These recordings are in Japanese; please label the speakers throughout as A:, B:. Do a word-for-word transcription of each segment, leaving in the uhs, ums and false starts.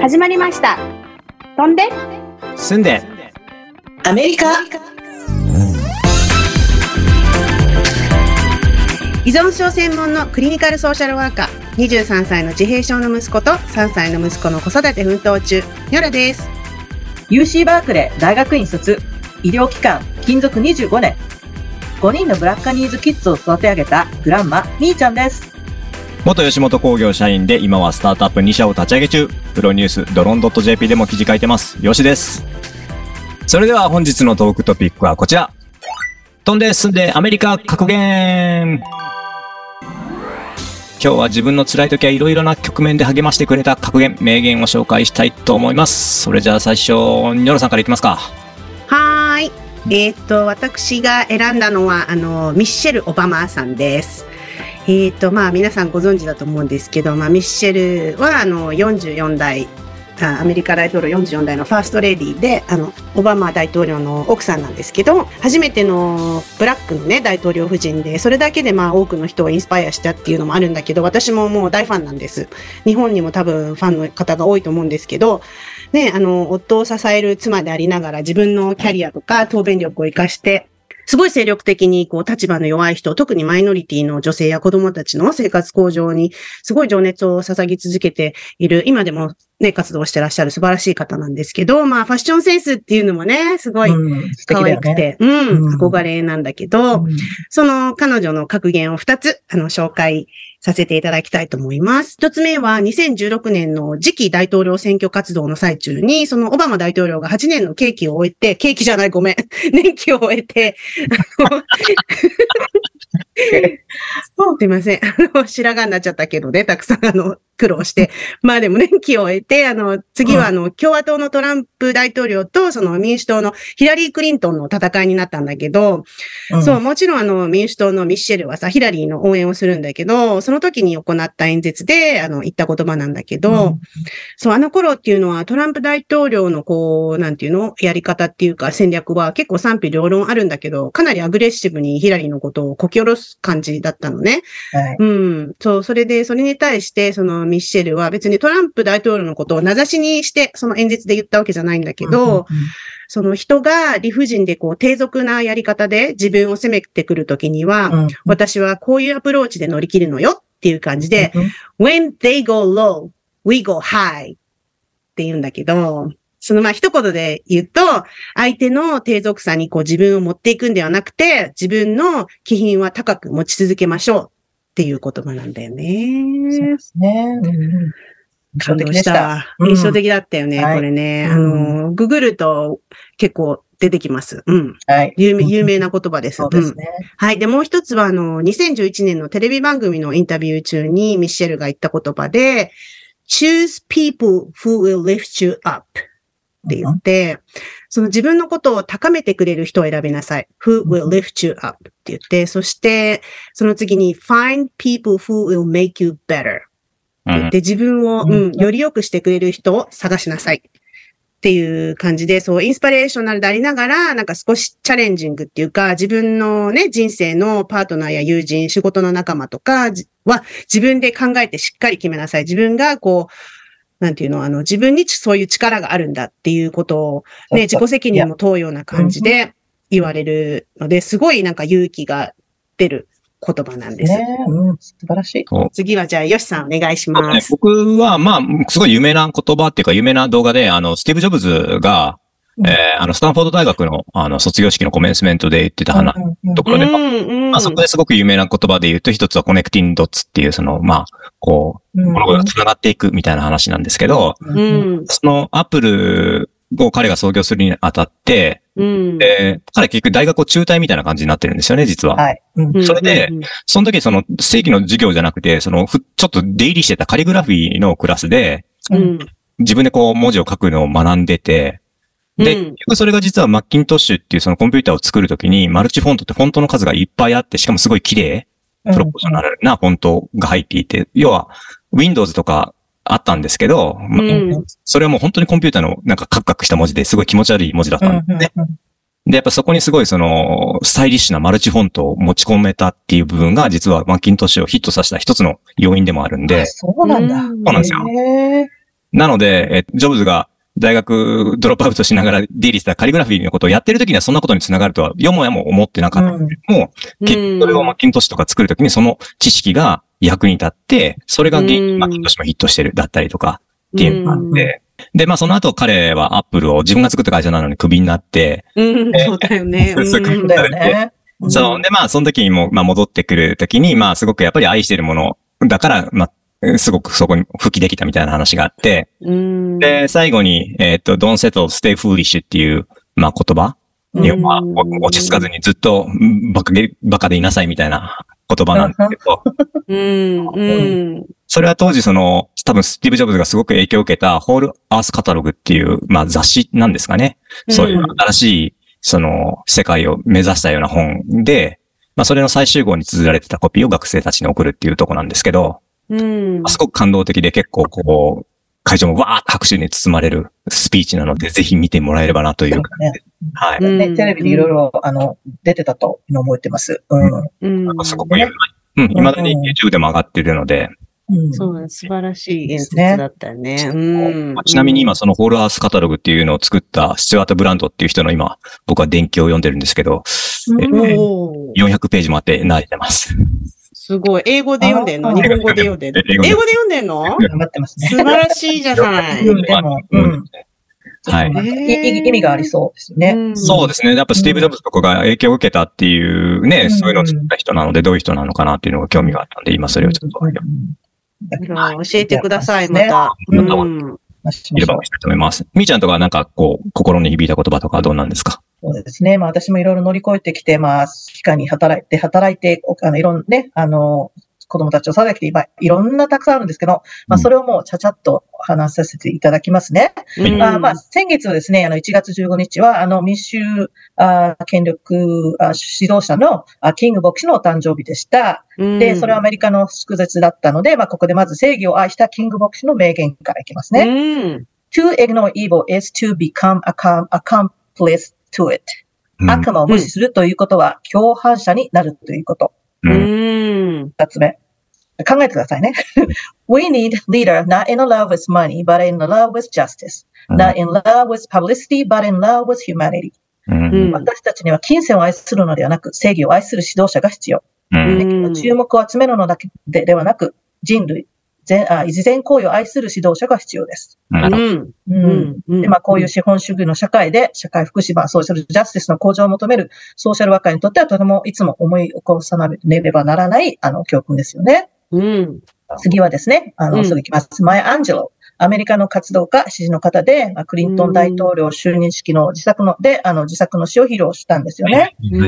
A: 始まりました。飛んで
B: 住んで
C: アメリカ。
A: 依存症専門のクリニカルソーシャルワーカー、にじゅうさんさいの自閉症の息子とさんさいの息子の子育て奮闘中、ニョラです。
C: ユーシー バークレー大学院卒、医療機関勤続にじゅうごねん、ごにんのブラッカニーズキッズを育て上げたグランマみーちゃんです。
B: 元吉本興業社員で今はスタートアップに社を立ち上げ中、プロニュースドロン .jp でも記事書いてます、よしです。それでは本日のトークトピックはこちら。飛んで住んでアメリカ格言。今日は自分の辛い時はいろいろな局面で励ましてくれた格言、名言を紹介したいと思います。それじゃあ最初、ニョロさんからいきますか。
A: はーい。えー、っと、私が選んだのは、あの、ミッシェル・オバマさんです。えー、っと、まあ、皆さんご存知だと思うんですけど、まあ、ミッシェルは、あの、よんじゅうよんだい、アメリカ大統領よんじゅうよんだいのファーストレディで、あの、オバマ大統領の奥さんなんですけど、初めてのブラックのね、大統領夫人で、それだけでまあ多くの人をインスパイアしたっていうのもあるんだけど、私ももう大ファンなんです。日本にも多分ファンの方が多いと思うんですけど、ね、あの、夫を支える妻でありながら自分のキャリアとか答弁力を活かして、すごい精力的に、こう、立場の弱い人、特にマイノリティの女性や子供たちの生活向上に、すごい情熱を捧ぎ続けている、今でもね、活動してらっしゃる素晴らしい方なんですけど、まあ、ファッションセンスっていうのもね、すごい可愛くて、うん、ね、うん、憧れなんだけど、うん、その彼女の格言をふたつ、あの、紹介させていただきたいと思います。一つ目はにせんじゅうろくねんの次期大統領選挙活動の最中に、そのオバマ大統領がはちねんの刑期を終えて、刑期じゃないごめん、年期を終えて、すいません。あの、白髪になっちゃったけどね、たくさんあの、苦労して。まあでも年期を終えて、あの、次はあの、共和党のトランプ大統領と、その民主党のヒラリー・クリントンの戦いになったんだけど、うん、そう、もちろんあの、民主党のミッシェルはさ、ヒラリーの応援をするんだけど、その時に行った演説で、あの、言った言葉なんだけど、うん、そう、あの頃っていうのはトランプ大統領のこう、なんていうの、やり方っていうか戦略は結構賛否両論あるんだけど、かなりアグレッシブにヒラリーのことをこき下ろす感じだったのね。はい、うん。そう、それで、それに対して、そのミッシェルは別にトランプ大統領のことを名指しにして、その演説で言ったわけじゃないんだけど、うんうんうん、その人が理不尽でこう、低俗なやり方で自分を責めてくるときには、うんうん、私はこういうアプローチで乗り切るのよっていう感じで、うんうん、When they go low, we go high って言うんだけど、そのまあ一言で言うと、相手の低俗さにこう自分を持っていくんではなくて、自分の気品は高く持ち続けましょうっていう言葉なんだよね。
C: そうですね。うん、
A: 感動した。印象的だったよね、うん、これね。はい、あの、ググると結構出てきます。うん。はい。有名、有名な言葉です。
C: そうですね。
A: うん、はい。で、もう一つはあの、にせんじゅういちねんのテレビ番組のインタビュー中にミッシェルが言った言葉で、choose people who will lift you up。って言って、その自分のことを高めてくれる人を選びなさい。who will lift you up って言って、そして、その次に find people who will make you better って言って、自分を、うん、より良くしてくれる人を探しなさいっていう感じで、そう、インスパレーショナルでありながら、なんか少しチャレンジングっていうか、自分のね、人生のパートナーや友人、仕事の仲間とかは自分で考えてしっかり決めなさい。自分がこう、なんていうの、あの、自分にそういう力があるんだっていうことを、ね、自己責任も問うような感じで言われるので、すごいなんか勇気が出る言葉なんです。
C: ね、うん、素晴らしい。
A: 次はじゃあ、ヨシさんお願いします。
B: ね、僕は、まあ、すごい有名な言葉っていうか、有名な動画で、あの、スティーブ・ジョブズが、えー、あの、スタンフォード大学の、あの、卒業式のコメンスメントで言ってた話、うんうん、ところで、うんうん、まあ、そこですごく有名な言葉で言うと、一つはコネクティングドッツっていう、その、まあ、こう、物事が繋がっていくみたいな話なんですけど、うん、そのアップルを彼が創業するにあたって、うん、で、彼結局大学を中退みたいな感じになってるんですよね、実は。はい。うん、それで、その時その正規の授業じゃなくて、その、ちょっと出入りしてたカリグラフィーのクラスで、うん、自分でこう文字を書くのを学んでて、で、結局それが実はマッキントッシュっていうそのコンピューターを作るときに、マルチフォントってフォントの数がいっぱいあって、しかもすごい綺麗、プロポーショナルなフォントが入っていて、要は、Windows とかあったんですけど、まあうん、それはもう本当にコンピューターのなんかカクカクした文字ですごい気持ち悪い文字だったんですね。で、やっぱそこにすごいその、スタイリッシュなマルチフォントを持ち込めたっていう部分が、実はマッキントッシュをヒットさせた一つの要因でもあるんで。
C: そうなんだ。そ
B: うなんですよ。 なので、えジョブズが大学ドロップアウトしながらディーリしたカリグラフィーのことをやってる時にはそんなことにつながるとは、よもやも思ってなかったけども、うん、結局それをマッキントッシュとか作るときにその知識が役に立って、それが原因にマッキントッシュもヒットしてるだったりとかっていうのがあって、で、まあその後彼はアップルを自分が作った会社なのにクビになって、
A: うん、そうだよね。
B: そうクビになって、そう。で、まあその時にも、まあ戻ってくる時に、まあすごくやっぱり愛してるものだから、まあ、すごくそこに復帰できたみたいな話があって、で、最後に、えっと、don't settle, stay foolish っていう、まあ言葉に、まあ、落ち着かずにずっとバカで、バカでいなさいみたいな言葉なんですけど、
A: うんうん、
B: それは当時その、多分スティーブ・ジョブズがすごく影響を受けたホール・アース・カタログっていう、まあ雑誌なんですかね。そういう新しい、その、世界を目指したような本で、まあそれの最終号に綴られてたコピーを学生たちに送るっていうところなんですけど、うん、すごく感動的で結構こう、会場もわーっと拍手に包まれるスピーチなので、ぜひ見てもらえればなという。ね、
C: はい。ね、テレビでいろいろ、あの、出てたと覚えてます。うん。
B: うん、すごく、ね、うん、未だに YouTube でも上がっているので。
A: うん、そう、素晴らしい演説だったよね。うん、
B: ちなみに今そのホールアースカタログっていうのを作ったスチュワート・ブランドっていう人の今、僕は伝記を読んでるんですけど、うん、えー、よんひゃくページもあって慣れてます。
A: すごい。英語で読んでんの？日本語で読んでんの？英語で読んでんの？
C: 頑張ってますね。
A: 素晴らしいじゃない。うん、でも、うん。
B: はい。
C: 意味がありそうですね。
B: うん、そうですね。やっぱスティーブ・ジョブズとかが影響を受けたっていうね、うん、そういうのを作った人なので、どういう人なのかなっていうのが興味があったんで、今それをちょっと。うん
A: うん、教えてください、また。
B: また、うん。いればしたいと思います。みーちゃんとかなんかこう、心に響いた言葉とかどうなんですか？
C: そうですね。まあ私もいろいろ乗り越えてきて、まあ、機関に働いて、働いて、あの、いろんなね、あの、子供たちを育てて、今、いろんなたくさんあるんですけど、まあそれをもうちゃちゃっと話させていただきますね。うん、あまあ先月ですね、あのいちがつじゅうごにちは、あの民主あ権力あ指導者のあキング牧師のお誕生日でした。うん、で、それはアメリカの祝日だったので、まあここでまず正義を愛したキング牧師の名言からいきますね。うん、To ignore evil is to become accomplice to it、うん。悪魔を無視するということは共犯者になるということ。
A: うん、
C: 二つ目。考えてくださいね。We need leader not in love with money, but in love with justice. Not in love with publicity, but in love with humanity. うん、私たちには金銭を愛するのではなく、正義を愛する指導者が必要。うん、注目を集めるのだけ で, ではなく、人類、全あ慈善行為を愛する指導者が必要です。うんうんうん、でまあ、こういう資本主義の社会で、社会福祉版、ソーシャルジャスティスの向上を求めるソーシャルワーカーにとっては、とてもいつも思い起こさなければならないあの教訓ですよね。うん、次はですね、あの、すぐ行きます。マヤ・アンジェロ。アメリカの活動家、支持の方で、まあ、クリントン大統領就任式の自作の、で、あの、自作の詩を披露したんですよね。うん、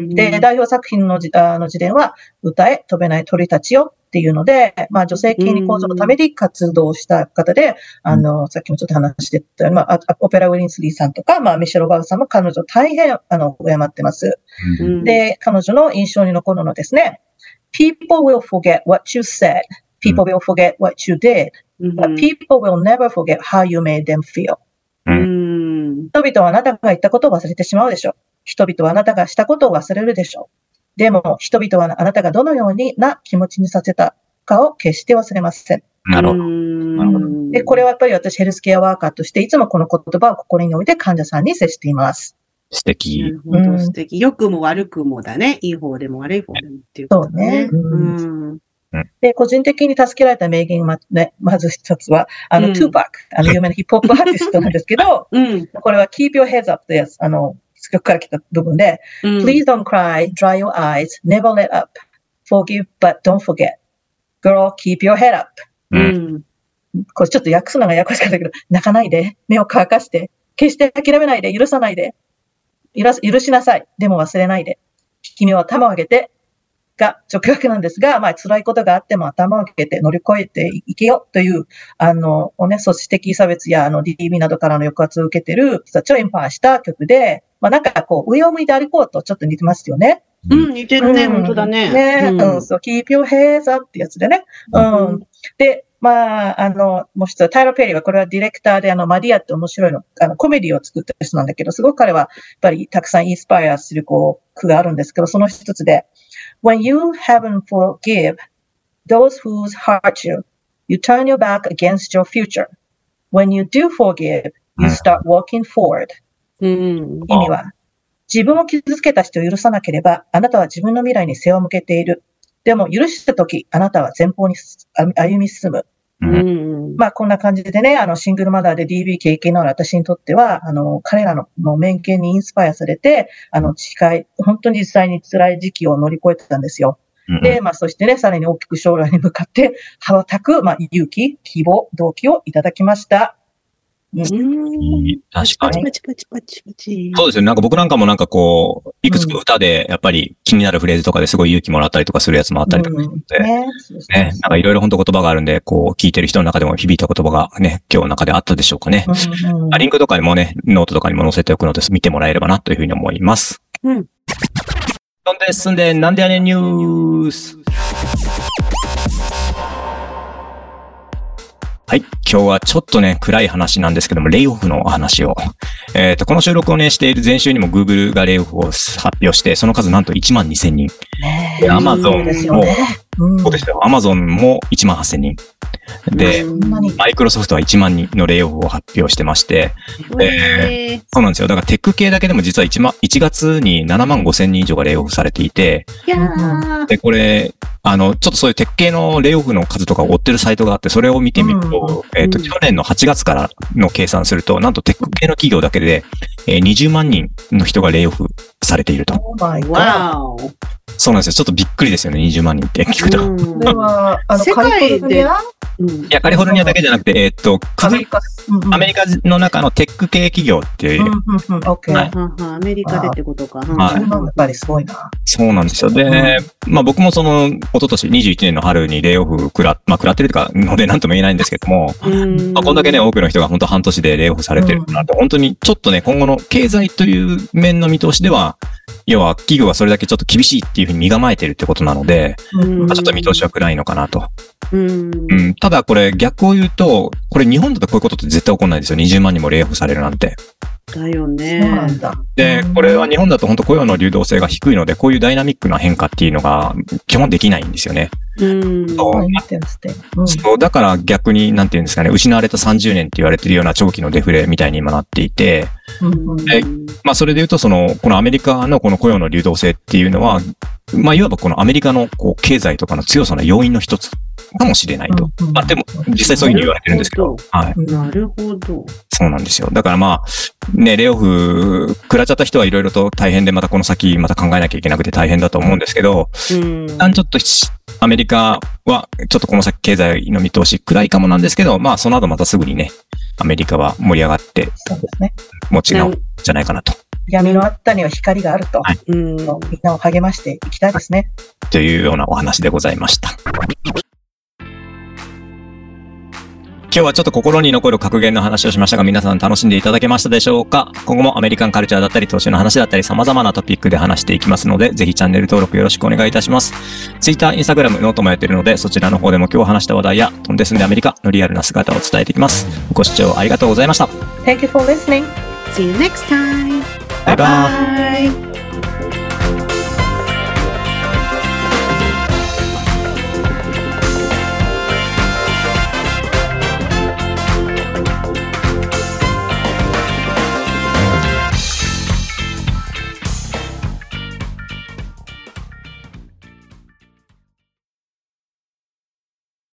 C: で、代表作品のじあの自伝は、歌え、飛べない鳥たちよっていうので、まあ、女性権利向上のために活動した方で、あの、さっきもちょっと話してたように、まあ、オペラ・ウィリンスリーさんとか、まあ、ミシェル・オバウさんも彼女大変、あの、敬ってます。うん、で、彼女の印象に残るのですね、People will forget what you said. People will forget what you did. But people will never forget how you made them feel. 人々はあなたが言ったことを忘れてしまうでしょう。人々はあなたがしたことを忘れるでしょう。でも人々はあなたがどのようにな気持ちにさせたかを決して忘れません。
B: なるほど。
C: で、これはやっぱり私ヘルスケアワーカーとしていつもこの言葉を心に置いて患者さんに接しています。
B: 素敵。
A: なるほど、素敵。良くも悪くもだね。いい方でも悪い方でもっていうことね。そうね。うん
C: で、個人的に助けられた名言は、ね、まず一つは、あの、うん、トゥーパック、あの、有名なヒップホップアーティストなんですけど、うん、これは keep your heads up というやつ、あの、曲から来た部分で、うん、please don't cry, dry your eyes, never let up, forgive but don't forget, girl, keep your head up、うん。これちょっと訳すのがややこしかったけど、泣かないで、目を乾かして、決して諦めないで、許さないで、許しなさい、でも忘れないで、君は頭を上げて、が直訳なんですが、まあ辛いことがあっても頭を上げて乗り越えていけよという、あの、ね、組織的差別やあの ディービー などからの抑圧を受けている人たちをエンパワーした曲で、まあなんかこう、上を向いて歩こうとちょっと似てますよね。
A: うん、似てるね、うん、本当だね。
C: ね、うん、うん、そう、keep your heads up ってやつでね。うん。うん、で、まあ、あの、もう一つ、タイラー・ペリーは、これはディレクターで、あの、マディアって面白いの、あの、コメディを作った人なんだけど、すごく彼は、やっぱりたくさんインスパイアする、こう、句があるんですけど、その一つで、When you haven't forgive those who hurt you, you turn your back against your future. when you do forgive, you start walking forward.
A: うん、
C: 意味は、自分を傷つけた人を許さなければ、あなたは自分の未来に背を向けている。でも、許したとき、あなたは前方に歩み進む。
A: うん、
C: まあ、こんな感じでね、あの、シングルマザーで ディービー 経験のある私にとっては、あの、彼らの面見にインスパイアされて、あの、近い、本当に実際に辛い時期を乗り越えてたんですよ。で、まあ、そしてね、さらに大きく将来に向かって羽ばたく、まあ、勇気、希望、動機をいただきました。
A: うん、
B: 確かに。
A: パチパチパチパチ。
B: そうですよね。なんか僕なんかもなんかこう、いくつか歌でやっぱり気になるフレーズとかですごい勇気もらったりとかするやつもあったりとかして、うん、ね、ね、なんかいろいろ本当言葉があるんで、こう、聞いてる人の中でも響いた言葉がね、今日の中であったでしょうかね。うんうん、リンクとかにもね、ノートとかにも載せておくので見てもらえればなというふうに思います。
A: うん。
B: そんで進んで、なんでやねんニュース。はい。今日はちょっとね、暗い話なんですけども、レイオフの話を。えっと、この収録をね、している前週にも Google がレイオフを発表して、その数なんといちまんにせんにん。
C: ね、
B: Amazon も、そうですよ。Amazon もいちまんはっせんにん。で、マイクロソフトはいちまんにんのレイオフを発表してまして、えー、そうなんですよ。だからテック系だけでも実はいちまん、いちがつにななまんごせんにん以上がレイオフされていて、
A: いやー
B: で、これ、あの、ちょっとそういうテック系のレイオフの数とかを追ってるサイトがあって、それを見てみると、うん、えっと、去年のはちがつからの計算すると、なんとテック系の企業だけで、えー、にじゅうまんにんの人がレイオフされていると。
C: Oh my
A: God。
B: そうなんですよ。ちょっとびっくりですよね。にじゅうまんにんって聞くと。
C: これは、あの、
A: 世界で、
B: いや、カリフォルニアだけじゃなくて、えー、っと、
C: アメリカ、
B: アメリカの中のテック系企業っていう、
C: うんうん、OK、
A: はい、アメリカでってことか。
B: はい。
C: やっぱりすごいな。
B: そうなんですよ。で、うん、まあ僕もその、一昨年にじゅういちねんの春にレイオフ食ら、まあ食らってるとかので何とも言えないんですけども、
A: うん
B: まあこんだけね、多くの人が本当半年でレイオフされてるなんて、うん、本当にちょっとね、今後の経済という面の見通しでは、要は企業がそれだけちょっと厳しいっていうふうに身構えてるってことなので、
A: うん
B: まあ、ちょっと見通しは暗いのかなと。
A: うん
B: うん、ただこれ逆を言うと、これ日本だとこういうことって絶対起こんないですよ。にじゅうまんにんもレイオフされるなんて。
A: だよね。
C: そうなんだ。
B: で、これは日本だと本当雇用の流動性が低いので、こういうダイナミックな変化っていうのが基本できないんですよね。
A: うん
B: そう、
C: うん、
B: そうだから逆に、なんていうんですかね、失われたさんじゅうねんって言われてるような長期のデフレみたいに今なっていて、
C: うん
B: でまあそれで言うと、その、このアメリカのこの雇用の流動性っていうのは、まあいわばこのアメリカのこう経済とかの強さの要因の一つかもしれないと。
C: うんうん、
B: まあでも、実際そういうふうに言われてるんですけど、はい。
A: なるほど。
B: そうなんですよ。だからまあ、ね、レイオフ、食らっちゃった人はいろいろと大変で、またこの先また考えなきゃいけなくて大変だと思うんですけど、
A: うん、
B: 一旦ちょっとアメリカはちょっとこの先経済の見通し暗いかもなんですけど、まあその後またすぐにね、アメリカは盛り上がって、
C: そうですね。
B: 持ち直るんじゃないかなと。
C: 闇のあったには光があると、
B: はい、
A: うん、
C: みんなを励ましていきたいですね。
B: というようなお話でございました。今日はちょっと心に残る格言の話をしましたが、皆さん楽しんでいただけましたでしょうか？今後もアメリカンカルチャーだったり、投資の話だったり、様々なトピックで話していきますので、ぜひチャンネル登録よろしくお願いいたします。Twitter、Instagram、ノートもやっているので、そちらの方でも今日話した話題や、飛んで住んでアメリカのリアルな姿を伝えていきます。ご視聴ありがとうございました。
C: Thank you for listening.
A: See you next time.
B: バイバイ。